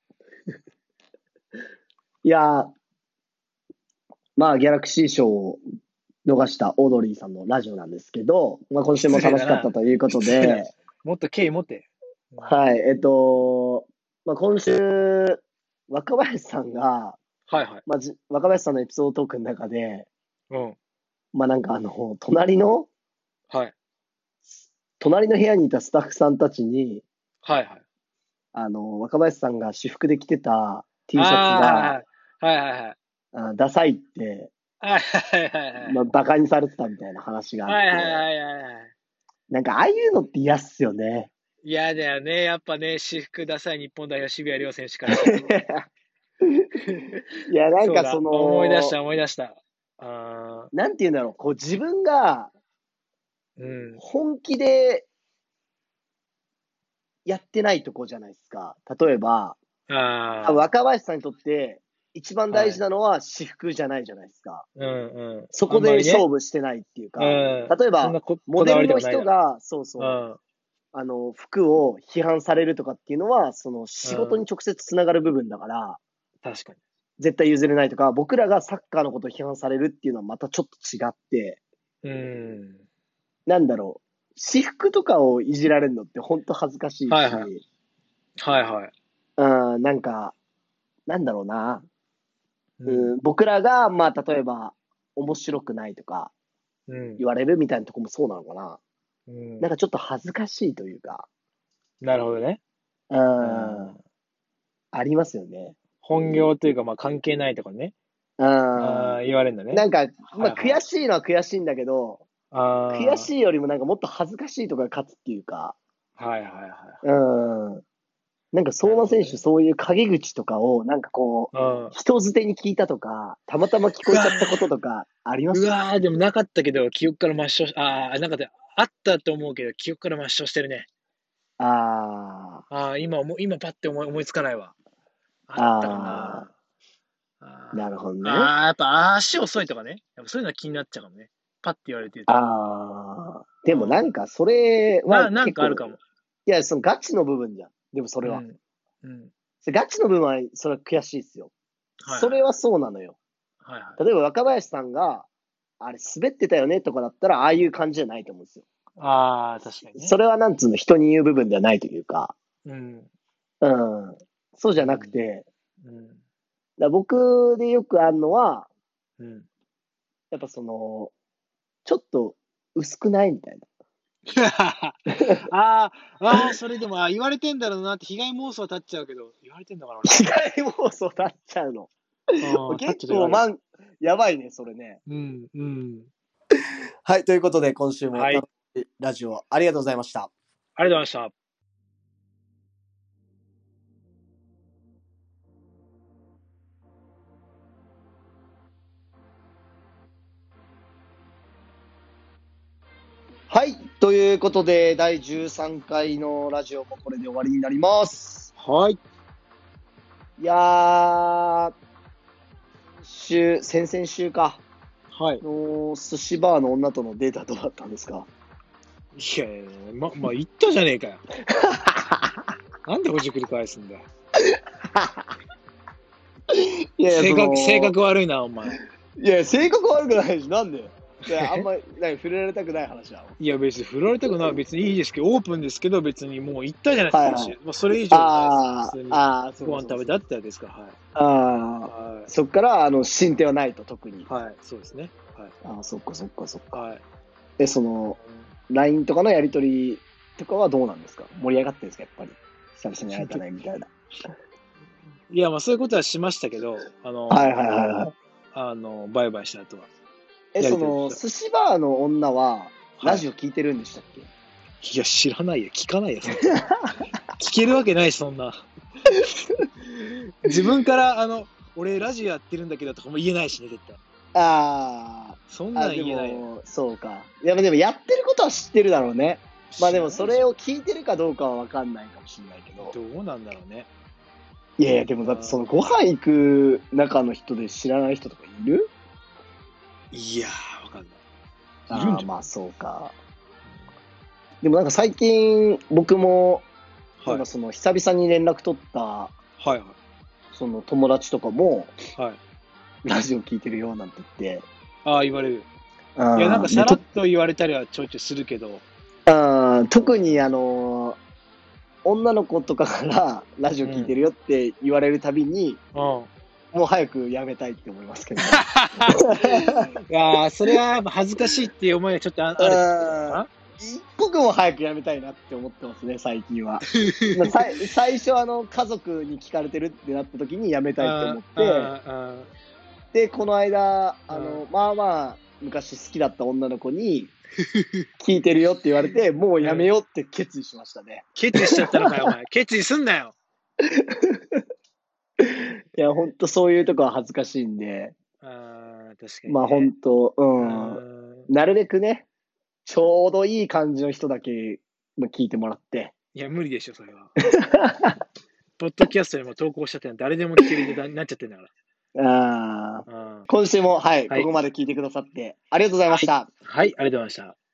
いやー、ギャラクシー賞を逃したオードリーさんのラジオなんですけど、今週も楽しかったということで。 もっと敬意持って。 今週、 若林さんが、 はいはい。 まあ、若林さんのエピソードトークの中で、 うん。 まあなんかはい。 隣の部屋にいたスタッフさんたちに、 はいはい。 若林さんが私服で着てた T シャツが、 ああ、はいはいはい。 ダサいって、 はいはいはいはい。 まあ、バカにされてたみたいな話があって、 はいはいはいはいはい。 なんかああいうのって嫌っすよね。 嫌だよね。やっぱね、私服ダサい日本代表、渋谷亮選手からしたら。 いや、なんかそうだ。思い出した、思い出した。あなんて言うんだろう、こう自分がうん。 本気でやってないとこじゃないですか。例えば、 あ若林さんにとって一番あ、はい。 大事なのは私服じゃないじゃないですか。 うんうん。 そこであんまりね。 勝負してないっていううか、 ん。 例えば、 そんなモこだわデルのりでもないだろ人が、そうう。うそう、 ん。 服を批判されるとかっていうのは、その仕事にうん。 直接つながる部分だから、 確かに。 絶対譲れないとか、僕らがサッカーのことを批判されるっていうのはまたちょっと違って、 うん。 なんだろう、私服とかをいじられるのって本当恥ずかしいはいはい。 し、 はいはい。 なんか、なんだろうな、 うん。 僕らが、まあ、例えば、面白くないとかうん。 言われるみたいなとこもそうなのかな。 うん。 なんかちょっと恥ずかしいというか、 なるほどね。 うん、 うん。 ありますよね。 本業というか、まあ関係ないとかね。 うん。 言われるんだね。 なんか、まあ、 はいはい。 悔しいのは悔しいんだけど、悔あしいよりもなんかもっと恥ずかしいとかが勝つっていうか、 はいはいはいうはい。 ん。なんか相馬選手、 なるほどね。 そういう陰口とかを、なんかこう、 うん。 人づてに聞いたとか、たまたま聞うわこえちゃったこととか、あります？ でもなかったけど、記憶から抹消し、なんかで、あったと思うけど、記憶から抹消してるね。 あ今パッて思いつかないわ。ああ、 ったかああ、 な。 なるほどね。 やっぱ足遅いとかね。やっぱそういうのは気になっちゃうかもね。パッて言われてると。 ああ、でもなんうん。 かそれはなん結構、 かあるかも。 いや、そのガチの部分じゃん。でもそれは。 うん。うん。 ガチの部分は、それは悔しいですよ。 はいはい。 それはそうなのよ。 はいはい。 例えば若林さんが、あれ滑ってたよねとかだったら、ああいう感じじゃないと思うんですよ。 確かにね。 それはなんつうの、人に言う部分ではないというか、 うん。 うん。そうじゃなくうん。 て、 うん。 僕でよくあるのは、 うん。 やっぱちょっと薄くないみたいな。 それでも、言われてんだろうなって被害妄想は立っちゃうけど、言われてんだから俺被害妄想立っちゃうの。 も。立っ結構、 ちゃうと言われる。 やばいね、それね。 うん、うん。 はい、ということで、今週もはい。 楽しいラジオありがとうございました。 ありがとうございました。 はい、ということで、第13回のラジオもこれで終わりになります。 はい。 いやー、先々週か。 はい。 寿司バーの女とのデータどうだったんですか？ いやいや、言ったじゃねえかよ。なんでほじくり返すんだよ。 いやいや、 性格悪いな、お前。 いや、性格悪くないし、なんで？いや、あんまり、触れられたくない話なの？ いや、別に振られたくない。別にいいですけど、オープンですけど、別にもう言ったじゃないですか、 はいはい。 私。それ以上ないです。普通にそうかそうかそうか。 ご飯食べたってだけですから、はい。はい。 そっから、進展はないと、特に。 はい、そうですね。はい。 そっかそっかそっか。 はい。 LINE とかのやりとりとかはどうなんですか？盛り上がってるんですか？やっぱり。久々に会えたね、みたいな。 いや、そういうことはしましたけど、 はいはいはいはい。 バイバイした後は。やりとりでした。 寿司バーの女は、ラジオ聞いてるんでしたっけ？ いや、知らないよ。聞かないよ、そんな。聞けるわけないし、そんな。自分から、俺ラジオやってるんだけどとかも言えないしね、絶対。そんなん言えないよ。 そうか。でもやってることは知ってるだろうね。まあでもそれを聞いてるかどうかはわかんないかもしれないけど。 どうなんだろうね。 いやいや、でもだってご飯行く中の人で知らない人とかいる？ いやー、わかんない。いるんじゃん。 まあそうか。でもなんか最近僕も、なんか久々に連絡取った、 はいはい。 その友達とかも、 はい。 ラジオ聞いてるよなんて言って。 言われる。いや、なんかさらっと言われたりはちょいちょいするけど。 特に女の子とかからラジオ聞いてるよって言われるたびに、もう早くやめたいって思いますけど、ね。 いやー、それはやっぱ恥ずかしいっていう思いがちょっとあるか一刻も早くやめたいなって思ってますね、最近は。最初家族に聞かれてるってなった時にやめたいって思って、で、この間、まあまあ、昔好きだった女の子に、聞いてるよって言われて、もうやめようって決意しましたね。 決意しちゃったのかよ、お前。決意すんなよ。 いや、ほんとそういうとこは恥ずかしいんで。 確かに、ね。 まあほんと、なるべくね、ちょうどいい感じの人だけ聞いてもらって。 いや、無理でしょ、それは。ポッドキャストにも投稿しちゃってるの誰でも聞けるようになっちゃってるんだから。 今週も、はい、ここまで聞いてくださって、ありがとうございました。 はい、ありがとうございました。